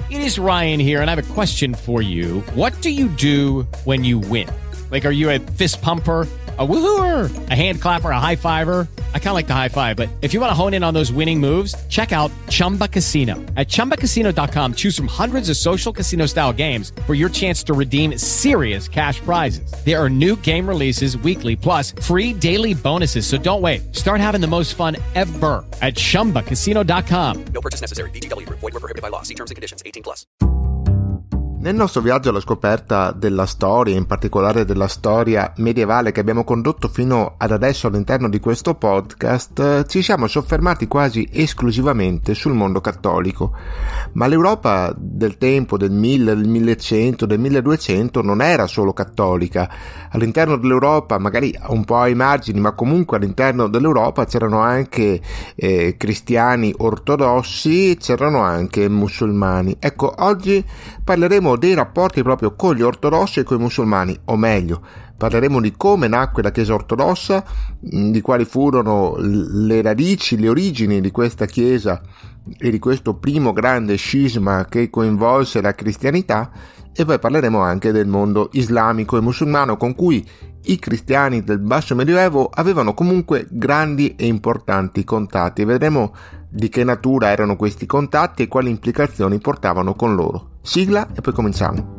It is Ryan here, and I have a question for you. What do you do when you win? Like, are you a fist pumper, a woohooer, a hand clapper, a high fiver? I kind of like the high five, but if you want to hone in on those winning moves, check out Chumba Casino. At ChumbaCasino.com, choose from hundreds of social casino style games for your chance to redeem serious cash prizes. There are new game releases weekly, plus free daily bonuses. So don't wait. Start having the most fun ever at ChumbaCasino.com. No purchase necessary. VGW Group. Void where prohibited by law. See terms and conditions. 18+. Nel nostro viaggio alla scoperta della storia, in particolare della storia medievale che abbiamo condotto fino ad adesso all'interno di questo podcast, ci siamo soffermati quasi esclusivamente sul mondo cattolico. Ma l'Europa del tempo, del 1000, del 1100, del 1200 non era solo cattolica. All'interno dell'Europa, magari un po' ai margini, ma comunque all'interno dell'Europa c'erano anche cristiani ortodossi, c'erano anche musulmani. Ecco, oggi parleremo dei rapporti proprio con gli ortodossi e con i musulmani, o meglio, parleremo di come nacque la Chiesa ortodossa, di quali furono le radici, le origini di questa Chiesa e di questo primo grande scisma che coinvolse la cristianità, e poi parleremo anche del mondo islamico e musulmano con cui i cristiani del basso medioevo avevano comunque grandi e importanti contatti. Vedremo di che natura erano questi contatti e quali implicazioni portavano con loro. Sigla e poi cominciamo.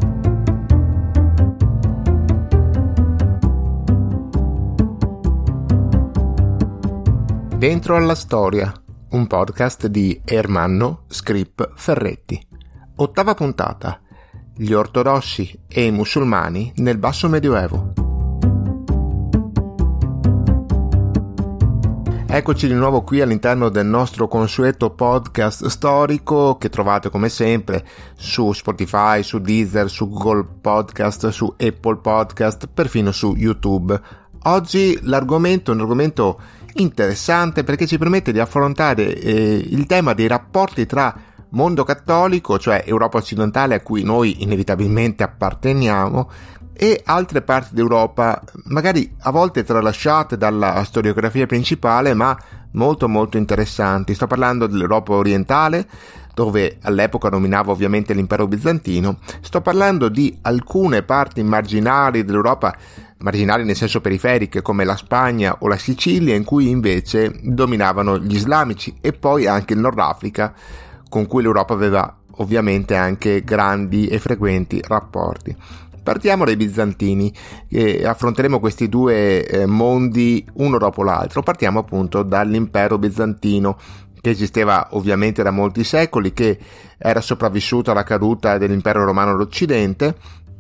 Dentro alla storia, un podcast di Ermanno Scrip Ferretti. Ottava puntata. Gli ortodossi e i musulmani nel basso medioevo. Eccoci di nuovo qui all'interno del nostro consueto podcast storico che trovate come sempre su Spotify, su Deezer, su Google Podcast, su Apple Podcast, perfino su YouTube. Oggi l'argomento è un argomento interessante perché ci permette di affrontare il tema dei rapporti tra mondo cattolico, cioè Europa occidentale a cui noi inevitabilmente apparteniamo, e altre parti d'Europa, magari a volte tralasciate dalla storiografia principale, ma molto molto interessanti. Sto parlando dell'Europa orientale, dove all'epoca dominava ovviamente l'impero bizantino. Sto parlando di alcune parti marginali dell'Europa, marginali nel senso periferiche, come la Spagna o la Sicilia, in cui invece dominavano gli islamici, e poi anche il Nord Africa, con cui l'Europa aveva ovviamente anche grandi e frequenti rapporti. Partiamo dai bizantini e affronteremo questi due mondi uno dopo l'altro. Partiamo appunto dall'impero bizantino, che esisteva ovviamente da molti secoli, che era sopravvissuto alla caduta dell'impero romano d'Occidente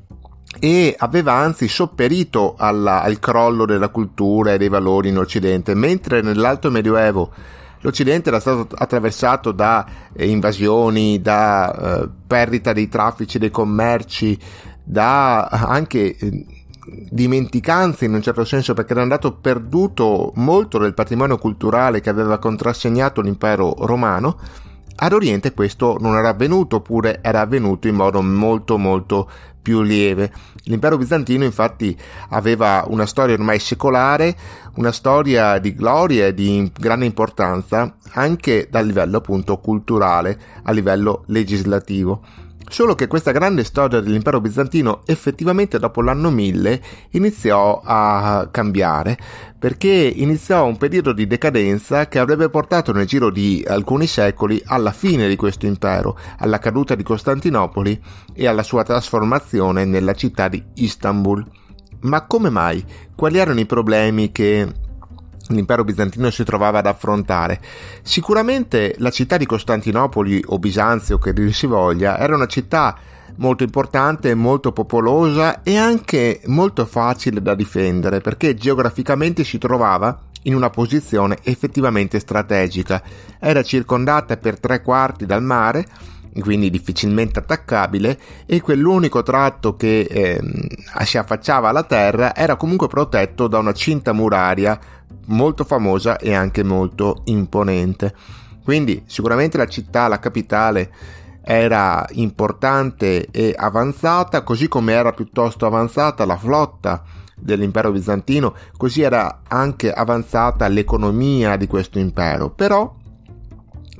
e aveva anzi sopperito al crollo della cultura e dei valori in Occidente, mentre nell'Alto Medioevo l'Occidente era stato attraversato da invasioni, da perdita dei traffici, dei commerci, da anche dimenticanze in un certo senso, perché era andato perduto molto del patrimonio culturale che aveva contrassegnato l'impero romano. Ad Oriente questo non era avvenuto, oppure era avvenuto in modo molto molto più lieve. L'impero bizantino infatti aveva una storia ormai secolare, una storia di gloria e di grande importanza anche dal livello appunto culturale, a livello legislativo. Solo che questa grande storia dell'impero bizantino effettivamente dopo l'anno 1000 iniziò a cambiare, perché iniziò un periodo di decadenza che avrebbe portato nel giro di alcuni secoli alla fine di questo impero, alla caduta di Costantinopoli e alla sua trasformazione nella città di Istanbul. Ma come mai? Quali erano i problemi che l'impero bizantino si trovava ad affrontare? Sicuramente la città di Costantinopoli, o Bisanzio che dir si voglia, era una città molto importante, molto popolosa e anche molto facile da difendere, perché geograficamente si trovava in una posizione effettivamente strategica. Era circondata per 3/4 dal mare, quindi difficilmente attaccabile, e quell'unico tratto che si affacciava alla terra era comunque protetto da una cinta muraria molto famosa e anche molto imponente. Quindi sicuramente la città, la capitale, era importante e avanzata, così come era piuttosto avanzata la flotta dell'impero bizantino, così era anche avanzata l'economia di questo impero. Però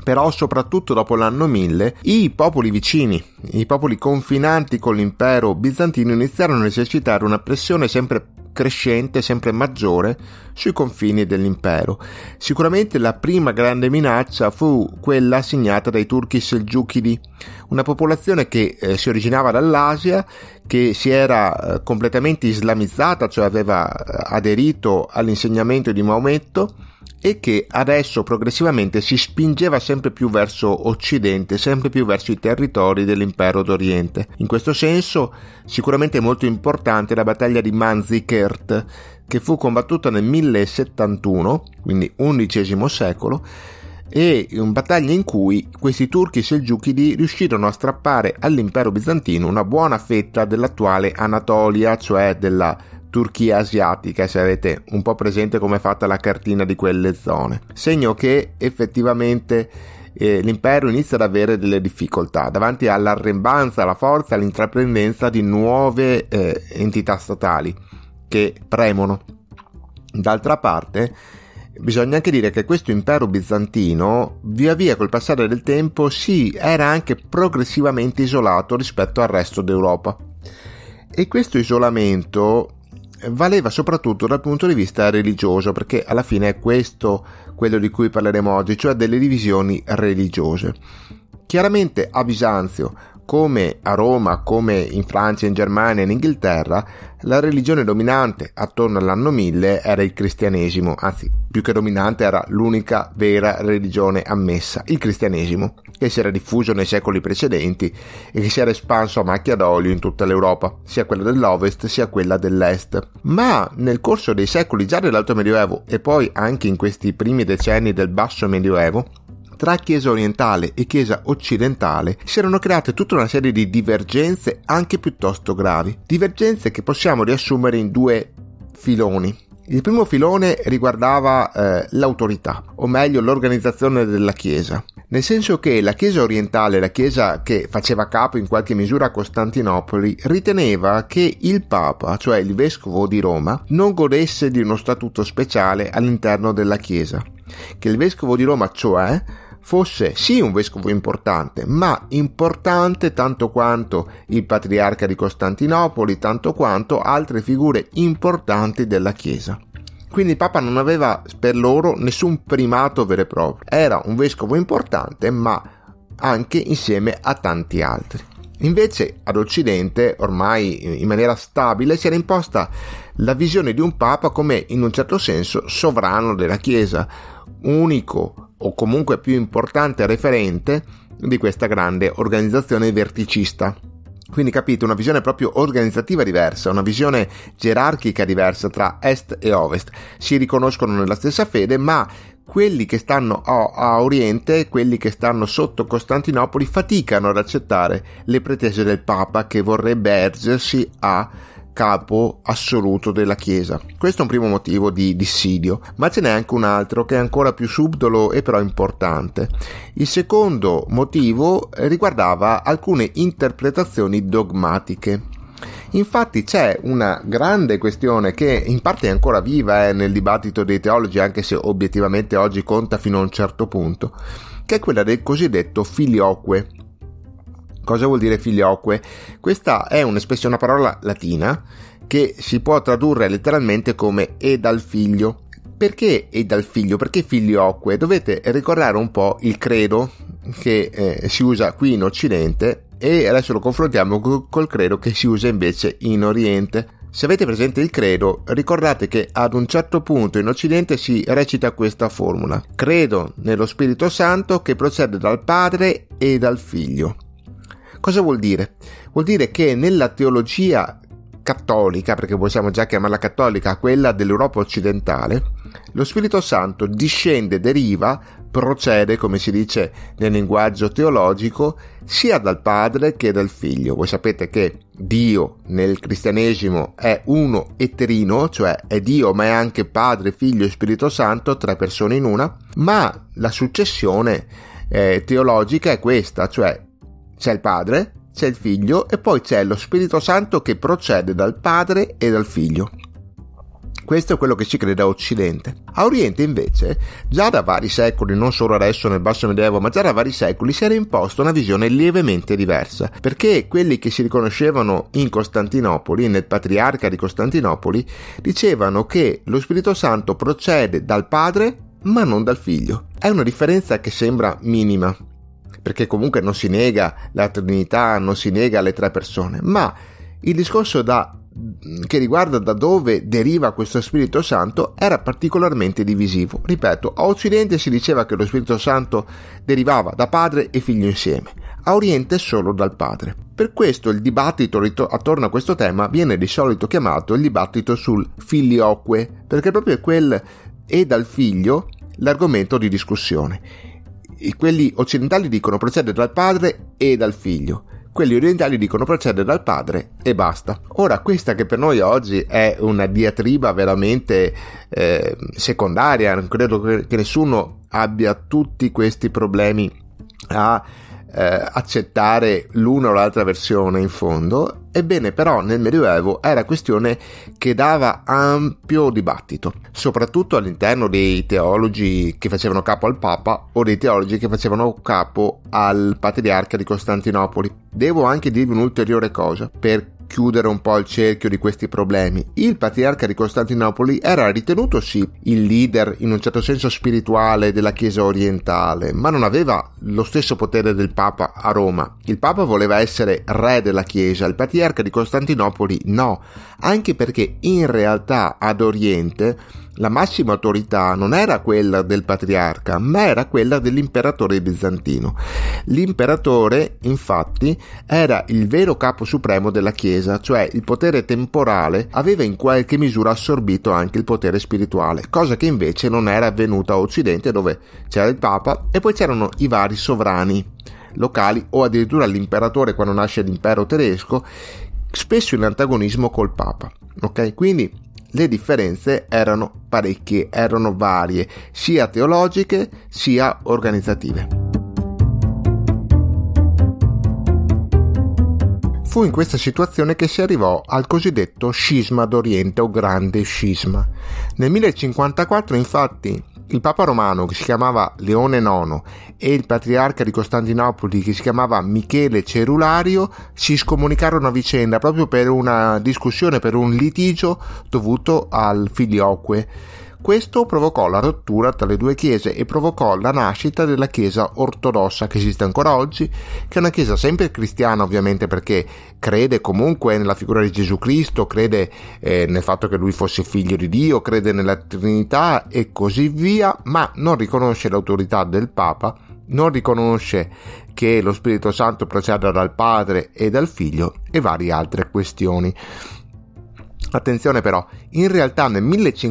Però soprattutto dopo l'anno 1000 i popoli vicini, i popoli confinanti con l'impero bizantino iniziarono a esercitare una pressione sempre crescente, sempre maggiore sui confini dell'impero. Sicuramente la prima grande minaccia fu quella segnata dai turchi selgiukidi, una popolazione che si originava dall'Asia, che si era completamente islamizzata, cioè aveva aderito all'insegnamento di Maometto, e che adesso progressivamente si spingeva sempre più verso occidente, sempre più verso i territori dell'impero d'Oriente. In questo senso sicuramente molto importante la battaglia di Manzikert, che fu combattuta nel 1071, quindi XI secolo, e una battaglia in cui questi turchi selgiukidi riuscirono a strappare all'impero bizantino una buona fetta dell'attuale Anatolia, cioè della Turchia asiatica, se avete un po' presente come è fatta la cartina di quelle zone. Segno che effettivamente l'impero inizia ad avere delle difficoltà davanti all'arrembanza, alla forza, all'intraprendenza di nuove entità statali che premono. D'altra parte bisogna anche dire che questo impero bizantino, via via col passare del tempo, era anche progressivamente isolato rispetto al resto d'Europa, e questo isolamento valeva soprattutto dal punto di vista religioso, perché alla fine è questo quello di cui parleremo oggi, cioè delle divisioni religiose. Chiaramente a Bisanzio, come a Roma, come in Francia, in Germania e in Inghilterra, la religione dominante attorno all'anno 1000 era il cristianesimo, anzi più che dominante era l'unica vera religione ammessa, il cristianesimo, che si era diffuso nei secoli precedenti e che si era espanso a macchia d'olio in tutta l'Europa, sia quella dell'Ovest sia quella dell'Est. Ma nel corso dei secoli, già dell'Alto Medioevo e poi anche in questi primi decenni del Basso Medioevo, tra Chiesa orientale e Chiesa occidentale si erano create tutta una serie di divergenze anche piuttosto gravi, divergenze che possiamo riassumere in due filoni. Il primo filone riguardava l'autorità, o meglio l'organizzazione della Chiesa, nel senso che la Chiesa orientale, la Chiesa che faceva capo in qualche misura a Costantinopoli, riteneva che il Papa, cioè il Vescovo di Roma, non godesse di uno statuto speciale all'interno della Chiesa, che il Vescovo di Roma, cioè, fosse sì un vescovo importante, ma importante tanto quanto il patriarca di Costantinopoli, tanto quanto altre figure importanti della Chiesa. Quindi il Papa non aveva per loro nessun primato vero e proprio, era un vescovo importante, ma anche insieme a tanti altri. Invece ad Occidente, ormai in maniera stabile, si era imposta la visione di un Papa come in un certo senso sovrano della Chiesa, unico o comunque più importante referente di questa grande organizzazione verticista. Quindi capite, una visione proprio organizzativa diversa, una visione gerarchica diversa tra Est e Ovest. Si riconoscono nella stessa fede, ma quelli che stanno a Oriente, quelli che stanno sotto Costantinopoli, faticano ad accettare le pretese del Papa che vorrebbe ergersi a capo assoluto della Chiesa. Questo è un primo motivo di dissidio, ma ce n'è anche un altro che è ancora più subdolo e però importante. Il secondo motivo riguardava alcune interpretazioni dogmatiche. Infatti c'è una grande questione che in parte è ancora viva nel dibattito dei teologi, anche se obiettivamente oggi conta fino a un certo punto, che è quella del cosiddetto filioque. Cosa vuol dire filioque? Questa è un'espressione, una parola latina che si può tradurre letteralmente come e dal figlio. Perché e dal figlio? Perché filioque? Dovete ricordare un po' il credo che si usa qui in Occidente e adesso lo confrontiamo col credo che si usa invece in Oriente. Se avete presente il credo, ricordate che ad un certo punto in Occidente si recita questa formula: credo nello Spirito Santo che procede dal Padre e dal Figlio. Cosa vuol dire? Vuol dire che nella teologia cattolica, perché possiamo già chiamarla cattolica, quella dell'Europa occidentale, lo Spirito Santo discende, deriva, procede, come si dice nel linguaggio teologico, sia dal Padre che dal Figlio. Voi sapete che Dio nel cristianesimo è uno e trino, cioè è Dio ma è anche Padre, Figlio e Spirito Santo, tre persone in una, ma la successione teologica è questa, cioè c'è il Padre, c'è il Figlio e poi c'è lo Spirito Santo che procede dal Padre e dal Figlio. Questo è quello che ci crede a Occidente. A Oriente invece, già da vari secoli, non solo adesso nel Basso Medioevo, ma già da vari secoli, si era imposta una visione lievemente diversa, perché quelli che si riconoscevano in Costantinopoli, nel patriarca di Costantinopoli, dicevano che lo Spirito Santo procede dal Padre, ma non dal Figlio. È una differenza che sembra minima, perché comunque non si nega la Trinità, non si nega le tre persone, ma il discorso che riguarda da dove deriva questo Spirito Santo era particolarmente divisivo. Ripeto, a Occidente si diceva che lo Spirito Santo derivava da Padre e Figlio insieme, a Oriente solo dal Padre. Per questo il dibattito attorno a questo tema viene di solito chiamato il dibattito sul filioque, perché proprio è quel e dal Figlio l'argomento di discussione. Quelli occidentali dicono procede dal Padre e dal Figlio, quelli orientali dicono procede dal Padre e basta. Ora, questa che per noi oggi è una diatriba veramente secondaria, non credo che nessuno abbia tutti questi problemi a accettare l'una o l'altra versione in fondo. Ebbene, però nel Medioevo era questione che dava ampio dibattito, soprattutto all'interno dei teologi che facevano capo al Papa o dei teologi che facevano capo al Patriarca di Costantinopoli. Devo anche dirvi un'ulteriore cosa per chiudere un po' il cerchio di questi problemi. Il Patriarca di Costantinopoli era ritenuto sì il leader in un certo senso spirituale della Chiesa orientale, ma non aveva lo stesso potere del Papa a Roma. Il Papa voleva essere re della Chiesa, il Patriarca di Costantinopoli no, anche perché in realtà ad Oriente la massima autorità non era quella del patriarca, ma era quella dell'imperatore bizantino. L'imperatore, infatti, era il vero capo supremo della Chiesa, cioè il potere temporale aveva in qualche misura assorbito anche il potere spirituale, cosa che invece non era avvenuta a Occidente, dove c'era il Papa e poi c'erano i vari sovrani locali o addirittura l'imperatore quando nasce l'impero tedesco, spesso in antagonismo col Papa. Ok? Quindi le differenze erano parecchie, erano varie, sia teologiche sia organizzative. Fu in questa situazione che si arrivò al cosiddetto scisma d'Oriente o grande scisma. Nel 1054 infatti il Papa Romano, che si chiamava Leone IX, e il Patriarca di Costantinopoli, che si chiamava Michele Cerulario, si scomunicarono a vicenda proprio per una discussione, per un litigio dovuto al filioque. Questo provocò la rottura tra le due chiese e provocò la nascita della Chiesa ortodossa, che esiste ancora oggi, che è una chiesa sempre cristiana ovviamente, perché crede comunque nella figura di Gesù Cristo, crede nel fatto che lui fosse figlio di Dio, crede nella Trinità e così via, ma non riconosce l'autorità del Papa, non riconosce che lo Spirito Santo proceda dal Padre e dal Figlio e varie altre questioni. Attenzione però, in realtà nel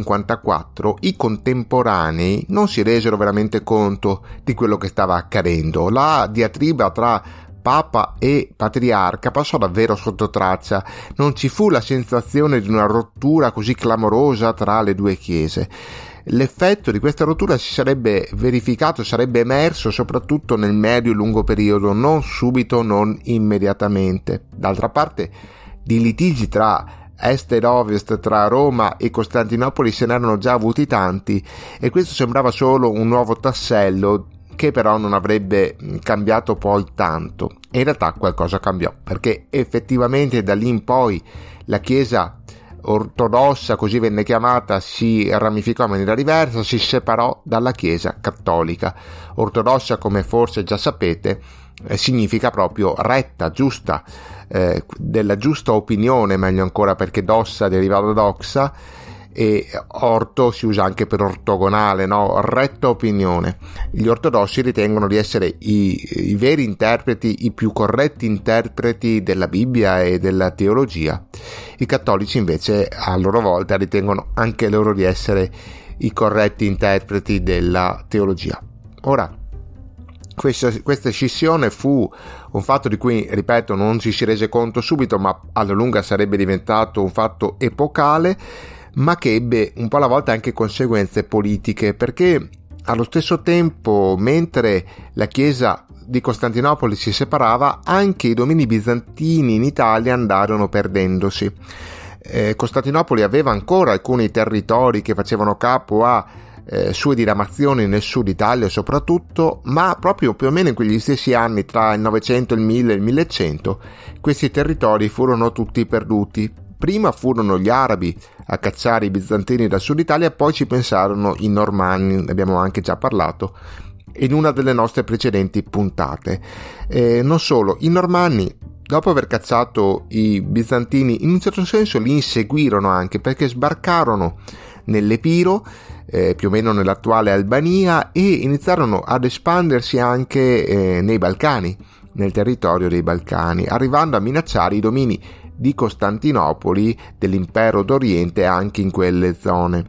1054 i contemporanei non si resero veramente conto di quello che stava accadendo. La diatriba tra Papa e Patriarca passò davvero sotto traccia, non ci fu la sensazione di una rottura così clamorosa tra le due chiese. L'effetto di questa rottura si sarebbe verificato, sarebbe emerso soprattutto nel medio e lungo periodo, non subito, non immediatamente. D'altra parte, di litigi tra est ed ovest, tra Roma e Costantinopoli se n'erano già avuti tanti e questo sembrava solo un nuovo tassello che però non avrebbe cambiato poi tanto. E in realtà qualcosa cambiò, perché effettivamente da lì in poi la Chiesa ortodossa, così venne chiamata, si ramificò in maniera diversa, si separò dalla Chiesa cattolica. Ortodossa, come forse già sapete, significa proprio retta, giusta, della giusta opinione, meglio ancora, perché dossa deriva da doxa e orto si usa anche per ortogonale, no? Retta opinione. Gli ortodossi ritengono di essere i veri interpreti, i più corretti interpreti della Bibbia e della teologia. I cattolici invece a loro volta ritengono anche loro di essere i corretti interpreti della teologia. Ora, questa scissione fu un fatto di cui, ripeto, non ci si rese conto subito, ma alla lunga sarebbe diventato un fatto epocale, ma che ebbe un po' alla volta anche conseguenze politiche, perché allo stesso tempo, mentre la Chiesa di Costantinopoli si separava, anche i domini bizantini in Italia andarono perdendosi. Costantinopoli aveva ancora alcuni territori che facevano capo a sue diramazioni nel sud Italia soprattutto, ma proprio più o meno in quegli stessi anni, tra il 900, il 1000 e il 1100, questi territori furono tutti perduti. Prima furono gli arabi a cacciare i bizantini dal sud Italia, poi ci pensarono i normanni, ne abbiamo anche già parlato in una delle nostre precedenti puntate. Non solo, i normanni, dopo aver cacciato i bizantini, in un certo senso li inseguirono anche, perché sbarcarono nell'Epiro, più o meno nell'attuale Albania, e iniziarono ad espandersi anche nei Balcani, nel territorio dei Balcani, arrivando a minacciare i domini di Costantinopoli, dell'impero d'Oriente, anche in quelle zone.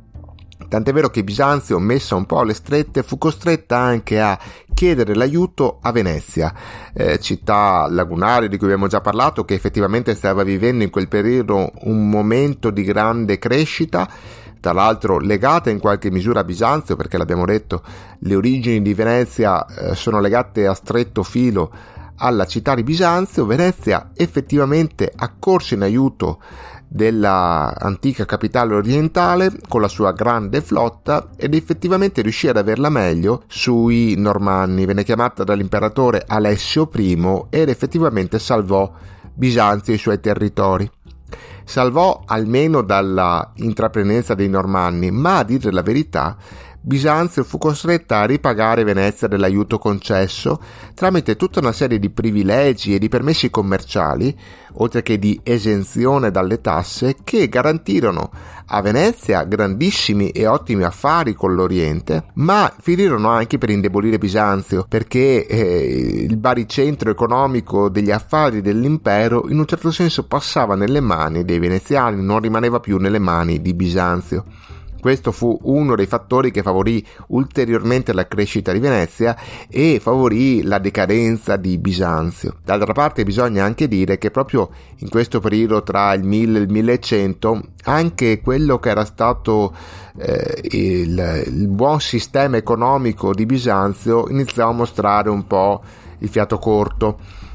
Tant'è vero che Bisanzio, messa un po' alle strette, fu costretta anche a chiedere l'aiuto a Venezia, città lagunaria di cui abbiamo già parlato, che effettivamente stava vivendo in quel periodo un momento di grande crescita, tra l'altro legata in qualche misura a Bisanzio, perché l'abbiamo detto, le origini di Venezia sono legate a stretto filo alla città di Bisanzio. Venezia effettivamente accorse in aiuto della antica capitale orientale con la sua grande flotta ed effettivamente riuscì ad averla meglio sui normanni. Venne chiamata dall'imperatore Alessio I ed effettivamente salvò Bisanzio e i suoi territori. Salvò almeno dalla intraprendenza dei normanni, ma a dire la verità Bisanzio fu costretta a ripagare Venezia dell'aiuto concesso tramite tutta una serie di privilegi e di permessi commerciali, oltre che di esenzione dalle tasse, che garantirono a Venezia grandissimi e ottimi affari con l'Oriente, ma finirono anche per indebolire Bisanzio, perché il baricentro economico degli affari dell'impero in un certo senso passava nelle mani dei veneziani, non rimaneva più nelle mani di Bisanzio. Questo fu uno dei fattori che favorì ulteriormente la crescita di Venezia e favorì la decadenza di Bisanzio. D'altra parte bisogna anche dire che proprio in questo periodo tra il 1000 e il 1100 anche quello che era stato il buon sistema economico di Bisanzio iniziò a mostrare un po' il fiato corto,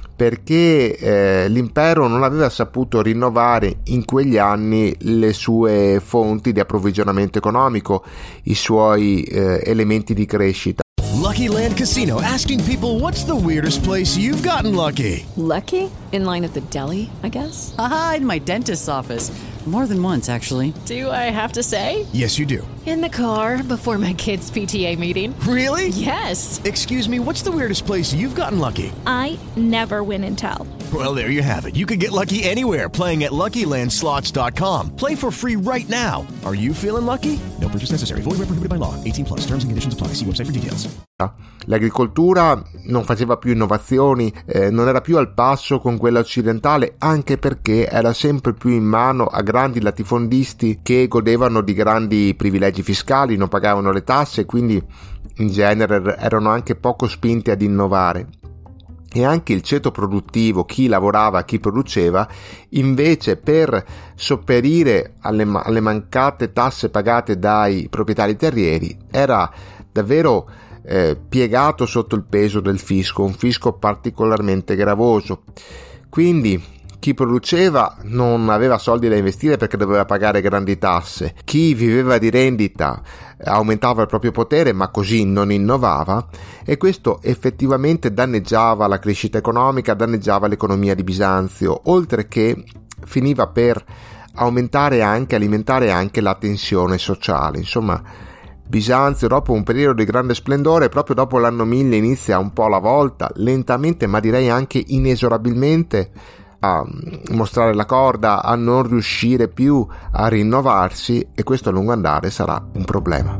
perché l'impero non aveva saputo rinnovare in quegli anni le sue fonti di approvvigionamento economico, i suoi elementi di crescita. Lucky Land Casino, asking people, what's the weirdest place you've gotten lucky? Lucky? In line at the deli, I guess? Aha, in my dentist's office. More than once, actually. Do I have to say? Yes, you do. In the car before my kids' PTA meeting. Really? Yes. Excuse me, what's the weirdest place you've gotten lucky? I never win and tell. Well, there you have it. You can get lucky anywhere, playing at LuckyLandSlots.com. Play for free right now. Are you feeling lucky? No purchase necessary. Void where prohibited by law. 18+. Terms and conditions apply. See website for details. L'agricoltura non faceva più innovazioni, non era più al passo con quella occidentale, anche perché era sempre più in mano a grandi latifondisti che godevano di grandi privilegi fiscali, non pagavano le tasse, quindi in genere erano anche poco spinti ad innovare. E anche il ceto produttivo, chi lavorava, chi produceva, invece per sopperire alle mancate tasse pagate dai proprietari terrieri, era davvero piegato sotto il peso del fisco, un fisco particolarmente gravoso. Quindi chi produceva non aveva soldi da investire perché doveva pagare grandi tasse, chi viveva di rendita aumentava il proprio potere ma così non innovava, e questo effettivamente danneggiava la crescita economica, danneggiava l'economia di Bisanzio, oltre che finiva per alimentare anche la tensione sociale. Insomma, Bisanzio, dopo un periodo di grande splendore, proprio dopo l'anno 1000 inizia un po' la volta, lentamente ma direi anche inesorabilmente, a mostrare la corda, a non riuscire più a rinnovarsi, e questo a lungo andare sarà un problema.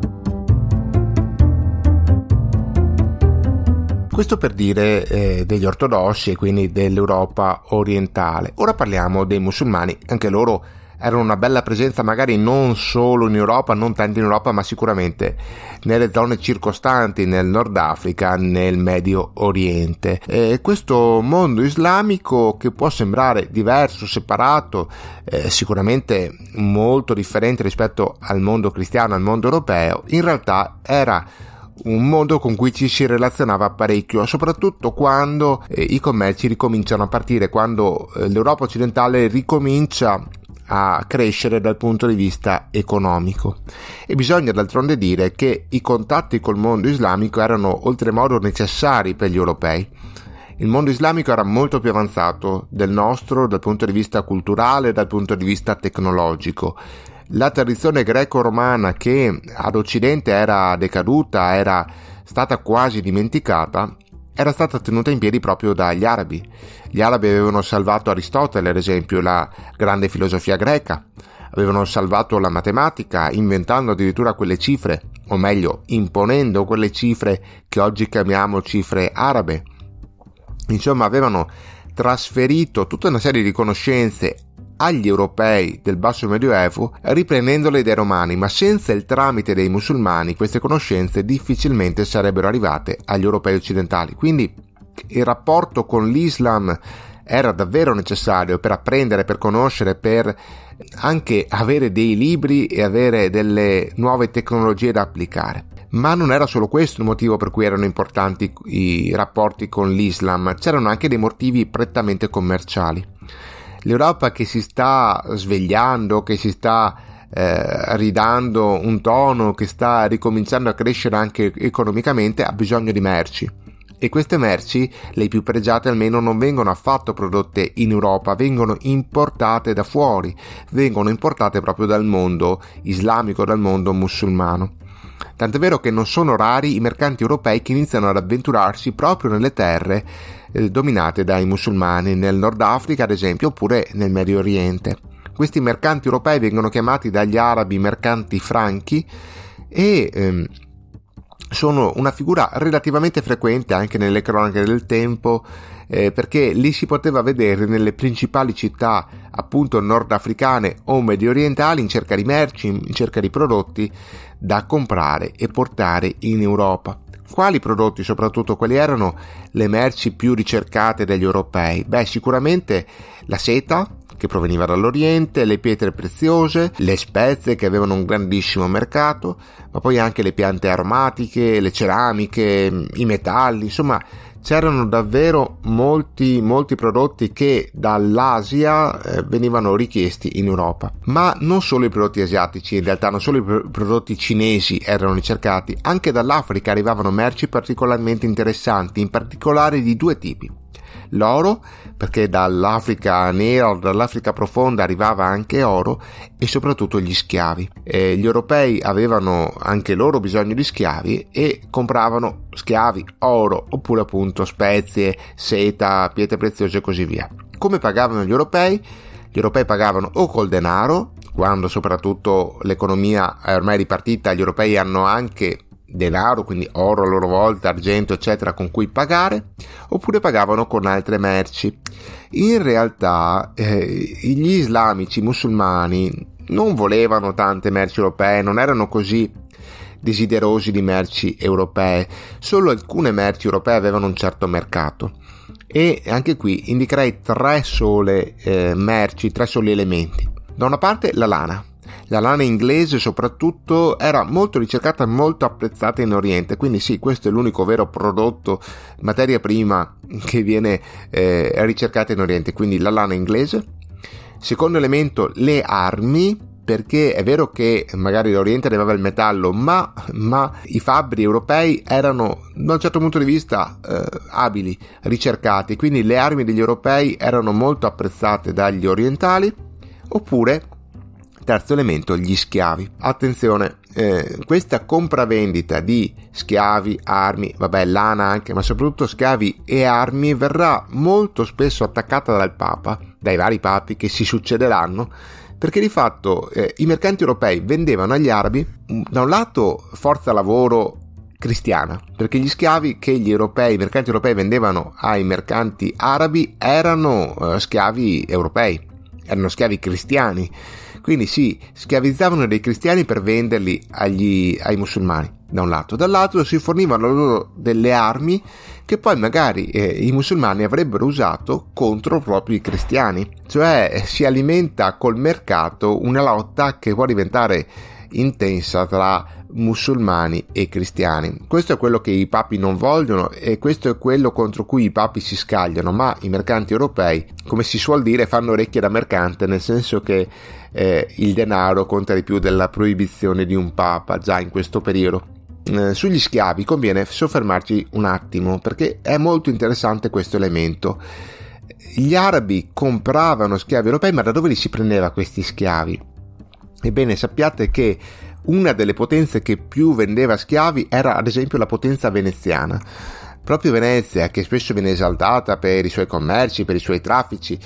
Questo per dire degli ortodossi e quindi dell'Europa orientale. Ora parliamo dei musulmani. Anche loro erano una bella presenza, magari non solo in Europa, non tanto in Europa, ma sicuramente nelle zone circostanti, nel Nord Africa, nel Medio Oriente. Questo mondo islamico, che può sembrare diverso, separato, sicuramente molto differente rispetto al mondo cristiano, al mondo europeo, in realtà era un mondo con cui ci si relazionava parecchio, soprattutto quando i commerci ricominciano a partire, quando l'Europa occidentale ricomincia a crescere dal punto di vista economico. E bisogna d'altronde dire che i contatti col mondo islamico erano oltremodo necessari per gli europei. Il mondo islamico era molto più avanzato del nostro dal punto di vista culturale, dal punto di vista tecnologico. La tradizione greco-romana, che ad Occidente era decaduta, era stata quasi dimenticata, era stata tenuta in piedi proprio dagli arabi. Gli arabi avevano salvato Aristotele, ad esempio, la grande filosofia greca, avevano salvato la matematica, inventando addirittura quelle cifre, o meglio, imponendo quelle cifre che oggi chiamiamo cifre arabe. Insomma, avevano trasferito tutta una serie di conoscenze agli europei del basso medioevo, riprendendole dai romani, ma senza il tramite dei musulmani queste conoscenze difficilmente sarebbero arrivate agli europei occidentali. Quindi il rapporto con l'Islam era davvero necessario per apprendere, per conoscere, per anche avere dei libri e avere delle nuove tecnologie da applicare. Ma non era solo questo il motivo per cui erano importanti i rapporti con l'Islam, c'erano anche dei motivi prettamente commerciali. L'Europa che si sta svegliando, che si sta ridando un tono, che sta ricominciando a crescere anche economicamente, ha bisogno di merci. E queste merci, le più pregiate almeno, non vengono affatto prodotte in Europa, vengono importate da fuori, vengono importate proprio dal mondo islamico, dal mondo musulmano. Tant'è vero che non sono rari i mercanti europei che iniziano ad avventurarsi proprio nelle terre dominate dai musulmani, nel Nord Africa ad esempio, oppure nel Medio Oriente. Questi mercanti europei vengono chiamati dagli arabi mercanti franchi e sono una figura relativamente frequente anche nelle cronache del tempo, perché li si poteva vedere nelle principali città appunto nordafricane o medio orientali in cerca di merci, in cerca di prodotti da comprare e portare in Europa. Quali prodotti soprattutto? Quali erano le merci più ricercate dagli europei? Sicuramente la seta, che proveniva dall'Oriente, le pietre preziose, le spezie che avevano un grandissimo mercato, ma poi anche le piante aromatiche, le ceramiche, i metalli, insomma c'erano davvero molti prodotti che dall'Asia venivano richiesti in Europa. Ma non solo i prodotti asiatici, in realtà non solo i prodotti cinesi erano ricercati, anche dall'Africa arrivavano merci particolarmente interessanti, in particolare di due tipi. L'oro, perché dall'Africa nera o dall'Africa profonda arrivava anche oro, e soprattutto gli schiavi. Gli europei avevano anche loro bisogno di schiavi e compravano schiavi, oro, oppure appunto spezie, seta, pietre preziose e così via. Come pagavano gli europei? Gli europei pagavano o col denaro, quando soprattutto l'economia è ormai ripartita, gli europei hanno anche denaro, quindi oro a loro volta, argento eccetera con cui pagare, oppure pagavano con altre merci. In realtà gli islamici musulmani non volevano tante merci europee, non erano così desiderosi di merci europee, solo alcune merci europee avevano un certo mercato. E anche qui indicherei tre sole elementi. Da una parte la lana. La lana inglese soprattutto era molto ricercata e molto apprezzata in Oriente, quindi sì, questo è l'unico vero prodotto, materia prima che viene ricercata in Oriente, quindi la lana inglese. Secondo elemento, le armi, perché è vero che magari l'Oriente aveva il metallo, ma i fabbri europei erano da un certo punto di vista abili, ricercati, quindi le armi degli europei erano molto apprezzate dagli orientali. Oppure terzo elemento, gli schiavi. Attenzione, questa compravendita di schiavi, armi, lana anche, ma soprattutto schiavi e armi verrà molto spesso attaccata dal Papa, dai vari papi che si succederanno, perché di fatto i mercanti europei vendevano agli arabi, da un lato, forza lavoro cristiana, perché gli schiavi che i mercanti europei vendevano ai mercanti arabi erano schiavi europei, erano schiavi cristiani. Quindi si schiavizzavano dei cristiani per venderli ai musulmani, da un lato. Dall'altro si fornivano loro delle armi che poi magari i musulmani avrebbero usato contro proprio i cristiani. Cioè si alimenta col mercato una lotta che può diventare intensa tra musulmani e cristiani. Questo è quello che i papi non vogliono e questo è quello contro cui i papi si scagliano, ma i mercanti europei, come si suol dire, fanno orecchie da mercante, nel senso che il denaro conta di più della proibizione di un papa già in questo periodo. Sugli schiavi conviene soffermarci un attimo perché è molto interessante questo elemento. Gli arabi compravano schiavi europei, ma da dove li si prendeva questi schiavi? Ebbene, sappiate che una delle potenze che più vendeva schiavi era ad esempio la potenza veneziana. Proprio Venezia, che spesso viene esaltata per i suoi commerci, per i suoi traffici,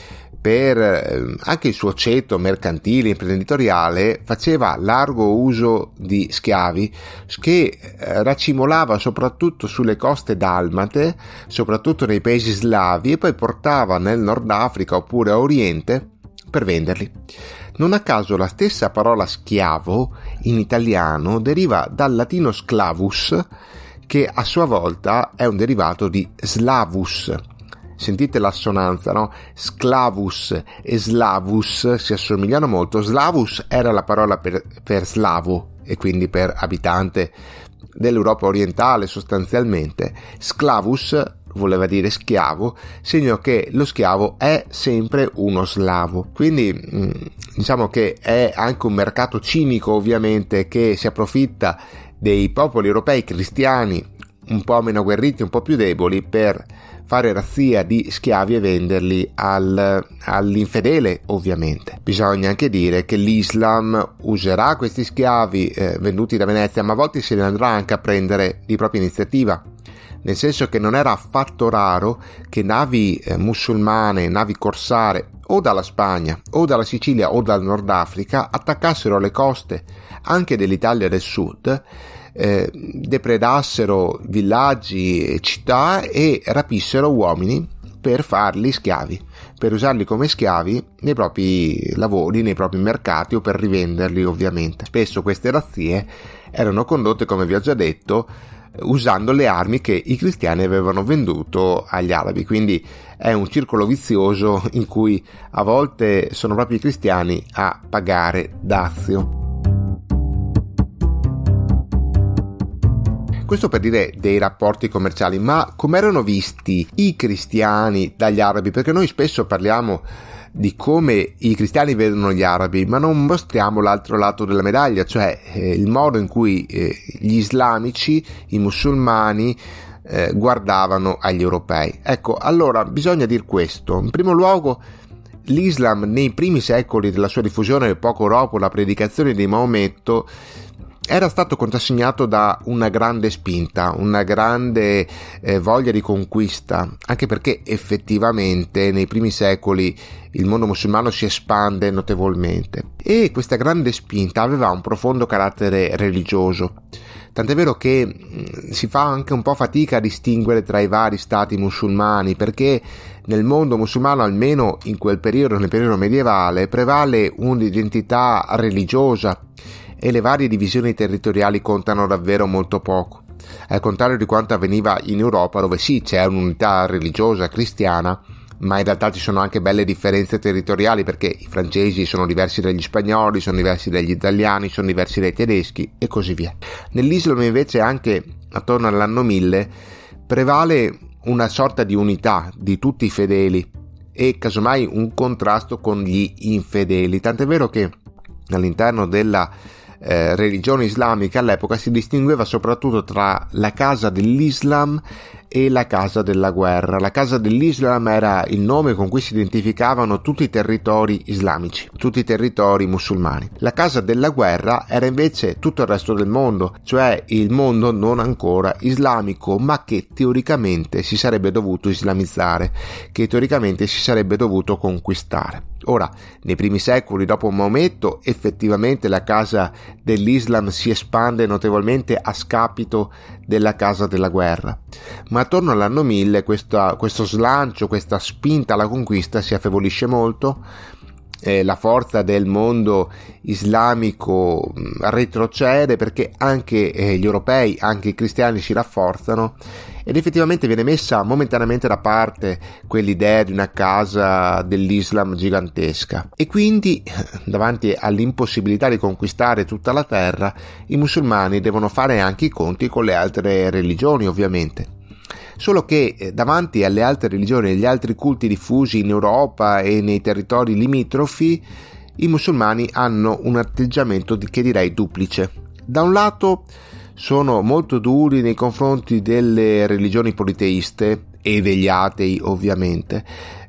per anche il suo ceto mercantile, imprenditoriale, faceva largo uso di schiavi che racimolava soprattutto sulle coste dalmate, soprattutto nei paesi slavi, e poi portava nel Nord Africa oppure a Oriente per venderli. Non a caso la stessa parola schiavo in italiano deriva dal latino sclavus, che a sua volta è un derivato di slavus. Sentite l'assonanza, no? Sclavus e slavus si assomigliano molto. Slavus era la parola per slavo e quindi per abitante dell'Europa orientale sostanzialmente. Sclavus voleva dire schiavo, segno che lo schiavo è sempre uno slavo. Quindi diciamo che è anche un mercato cinico, ovviamente, che si approfitta dei popoli europei cristiani un po' meno agguerriti, un po' più deboli, per fare razzia di schiavi e venderli all'infedele, ovviamente. Bisogna anche dire che l'Islam userà questi schiavi venduti da Venezia, ma a volte se li andrà anche a prendere di propria iniziativa, nel senso che non era affatto raro che navi musulmane, navi corsare o dalla Spagna o dalla Sicilia o dal Nord Africa attaccassero le coste anche dell'Italia del Sud, depredassero villaggi e città e rapissero uomini per farli schiavi, per usarli come schiavi nei propri lavori, nei propri mercati o per rivenderli, ovviamente. Spesso queste razzie erano condotte, come vi ho già detto, usando le armi che i cristiani avevano venduto agli arabi, quindi è un circolo vizioso in cui a volte sono proprio i cristiani a pagare dazio. Questo per dire dei rapporti commerciali, ma come erano visti i cristiani dagli arabi? Perché noi spesso parliamo di come i cristiani vedono gli arabi, ma non mostriamo l'altro lato della medaglia, cioè il modo in cui gli islamici, i musulmani, guardavano agli europei. Ecco, allora bisogna dire questo. In primo luogo, l'Islam nei primi secoli della sua diffusione, poco dopo la predicazione di Maometto, era stato contrassegnato da una grande spinta, una grande voglia di conquista, anche perché effettivamente nei primi secoli il mondo musulmano si espande notevolmente e questa grande spinta aveva un profondo carattere religioso, tant'è vero che si fa anche un po' fatica a distinguere tra i vari stati musulmani, perché nel mondo musulmano, almeno in quel periodo, nel periodo medievale, prevale un'identità religiosa e le varie divisioni territoriali contano davvero molto poco, al contrario di quanto avveniva in Europa, dove sì, c'è un'unità religiosa cristiana, ma in realtà ci sono anche belle differenze territoriali, perché i francesi sono diversi dagli spagnoli, sono diversi dagli italiani, sono diversi dai tedeschi e così via. Nell'Islam invece, anche attorno all'anno 1000, prevale una sorta di unità di tutti i fedeli e casomai un contrasto con gli infedeli, tant'è vero che all'interno della religione islamica all'epoca si distingueva soprattutto tra la casa dell'Islam e la casa della guerra. La casa dell'Islam era il nome con cui si identificavano tutti i territori islamici, tutti i territori musulmani. La casa della guerra era invece tutto il resto del mondo, cioè il mondo non ancora islamico, ma che teoricamente si sarebbe dovuto islamizzare, che teoricamente si sarebbe dovuto conquistare. Ora, nei primi secoli dopo Maometto, effettivamente la casa dell'Islam si espande notevolmente a scapito della casa della guerra, ma attorno all'anno 1000 questo slancio, questa spinta alla conquista si affievolisce molto, la forza del mondo islamico retrocede perché anche gli europei, anche i cristiani si rafforzano ed effettivamente viene messa momentaneamente da parte quell'idea di una casa dell'Islam gigantesca, e quindi davanti all'impossibilità di conquistare tutta la terra i musulmani devono fare anche i conti con le altre religioni, ovviamente. Solo che davanti alle altre religioni e agli altri culti diffusi in Europa e nei territori limitrofi, i musulmani hanno un atteggiamento che direi duplice. Da un lato sono molto duri nei confronti delle religioni politeiste e degli atei, ovviamente,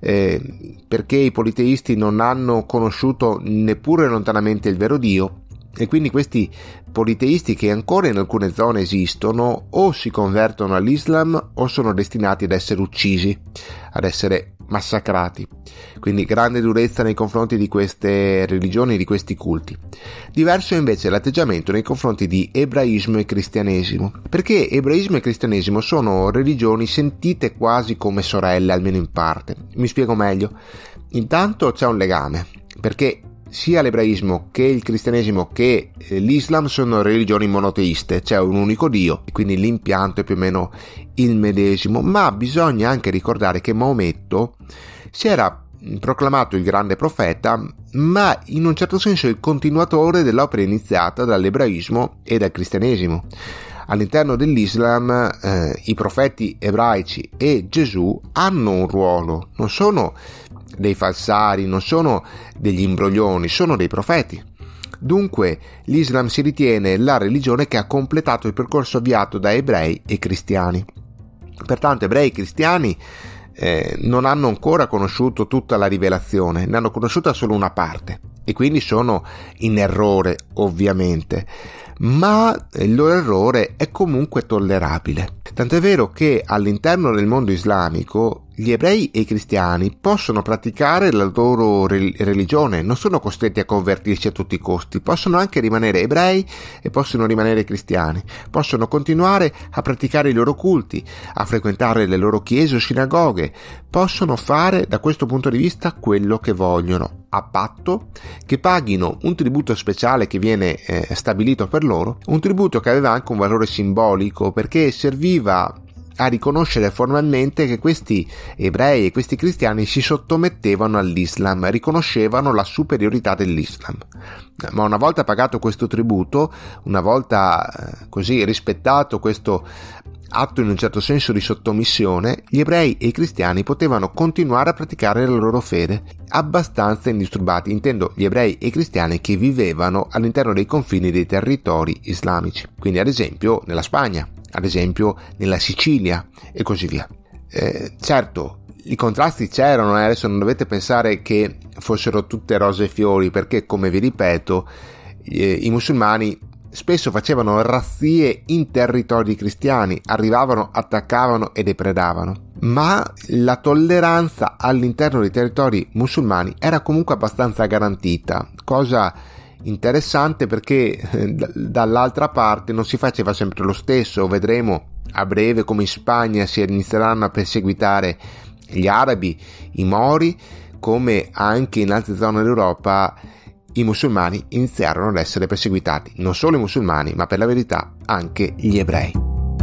perché i politeisti non hanno conosciuto neppure lontanamente il vero Dio, e quindi questi politeisti, che ancora in alcune zone esistono, o si convertono all'Islam o sono destinati ad essere uccisi, ad essere massacrati. Quindi grande durezza nei confronti di queste religioni e di questi culti. Diverso invece l'atteggiamento nei confronti di ebraismo e cristianesimo, perché ebraismo e cristianesimo sono religioni sentite quasi come sorelle, almeno in parte. Mi spiego meglio. Intanto c'è un legame, perché sia l'ebraismo che il cristianesimo che l'Islam sono religioni monoteiste, c'è un unico Dio, quindi l'impianto è più o meno il medesimo, ma bisogna anche ricordare che Maometto si era proclamato il grande profeta, ma in un certo senso il continuatore dell'opera iniziata dall'ebraismo e dal cristianesimo. All'interno dell'Islam i profeti ebraici e Gesù hanno un ruolo, non sono dei falsari, non sono degli imbroglioni, sono dei profeti. Dunque l'Islam si ritiene la religione che ha completato il percorso avviato da ebrei e cristiani. Pertanto ebrei e cristiani non hanno ancora conosciuto tutta la rivelazione, ne hanno conosciuta solo una parte, e quindi sono in errore, ovviamente, ma il loro errore è comunque tollerabile. Tant'è vero che all'interno del mondo islamico gli ebrei e i cristiani possono praticare la loro religione, non sono costretti a convertirsi a tutti i costi, possono anche rimanere ebrei e possono rimanere cristiani, possono continuare a praticare i loro culti, a frequentare le loro chiese o sinagoghe, possono fare da questo punto di vista quello che vogliono, a patto che paghino un tributo speciale che viene stabilito per loro, un tributo che aveva anche un valore simbolico, perché serviva a riconoscere formalmente che questi ebrei e questi cristiani si sottomettevano all'Islam, riconoscevano la superiorità dell'Islam. Ma una volta pagato questo tributo, una volta così rispettato questo atto in un certo senso di sottomissione, gli ebrei e i cristiani potevano continuare a praticare la loro fede abbastanza indisturbati, intendo gli ebrei e i cristiani che vivevano all'interno dei confini dei territori islamici, quindi ad esempio nella Spagna, ad esempio nella Sicilia e così via. Certo, i contrasti c'erano, adesso non dovete pensare che fossero tutte rose e fiori, perché come vi ripeto i musulmani spesso facevano razzie in territori cristiani, arrivavano, attaccavano e depredavano, ma la tolleranza all'interno dei territori musulmani era comunque abbastanza garantita, cosa interessante perché dall'altra parte non si faceva sempre lo stesso. Vedremo a breve come in Spagna si inizieranno a perseguitare gli arabi, i mori, come anche in altre zone d'Europa i musulmani iniziarono ad essere perseguitati, non solo i musulmani, ma per la verità anche gli ebrei.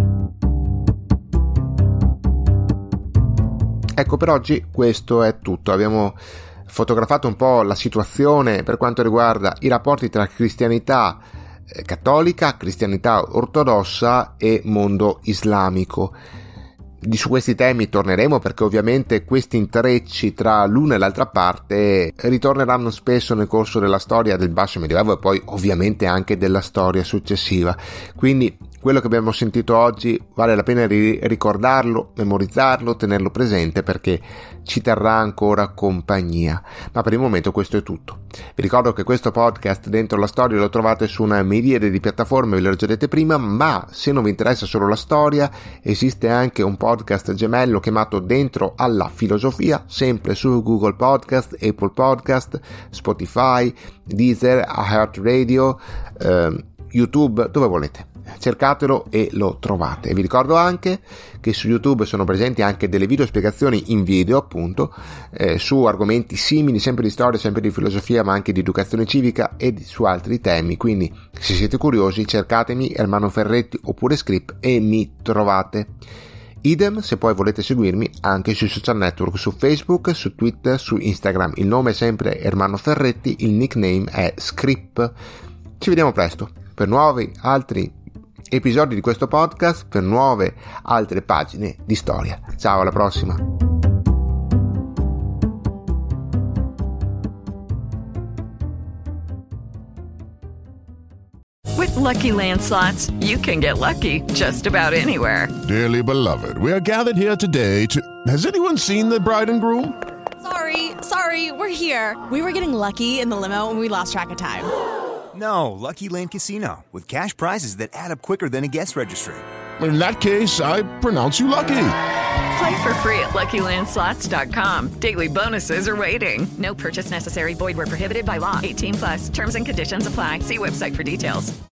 Ecco, per oggi questo è tutto. Abbiamo fotografato un po' la situazione per quanto riguarda i rapporti tra cristianità cattolica, cristianità ortodossa e mondo islamico. Su questi temi torneremo, perché ovviamente questi intrecci tra l'una e l'altra parte ritorneranno spesso nel corso della storia del Basso Medioevo e poi ovviamente anche della storia successiva. Quindi quello che abbiamo sentito oggi vale la pena ricordarlo, memorizzarlo, tenerlo presente, perché ci terrà ancora compagnia. Ma per il momento questo è tutto. Vi ricordo che questo podcast Dentro la Storia lo trovate su una miriade di piattaforme, ve l'ho già detto prima, ma se non vi interessa solo la storia, esiste anche un podcast gemello chiamato Dentro alla Filosofia, sempre su Google Podcast, Apple Podcast, Spotify, Deezer, iHeartRadio, YouTube, dove volete. Cercatelo e lo trovate. E vi ricordo anche che su YouTube sono presenti anche delle video spiegazioni in video, appunto, su argomenti simili, sempre di storia, sempre di filosofia, ma anche di educazione civica e su altri temi. Quindi se siete curiosi cercatemi Ermanno Ferretti oppure Script e mi trovate. Idem se poi volete seguirmi anche sui social network, su Facebook, su Twitter, su Instagram. Il nome è sempre Ermanno Ferretti, il nickname è Script. Ci vediamo presto per nuovi altri episodi di questo podcast, per nuove altre pagine di storia. Ciao, alla prossima. With Lucky Land Slots, you can get lucky just about anywhere. Dearly beloved, we are gathered here today to... Has anyone seen the bride and groom? Sorry, we're here. We were getting lucky in the limo and we lost track of time. No, Lucky Land Casino, with cash prizes that add up quicker than a guest registry. In that case, I pronounce you lucky. Play for free at LuckyLandSlots.com. Daily bonuses are waiting. No purchase necessary. Void where prohibited by law. 18+. Terms and conditions apply. See website for details.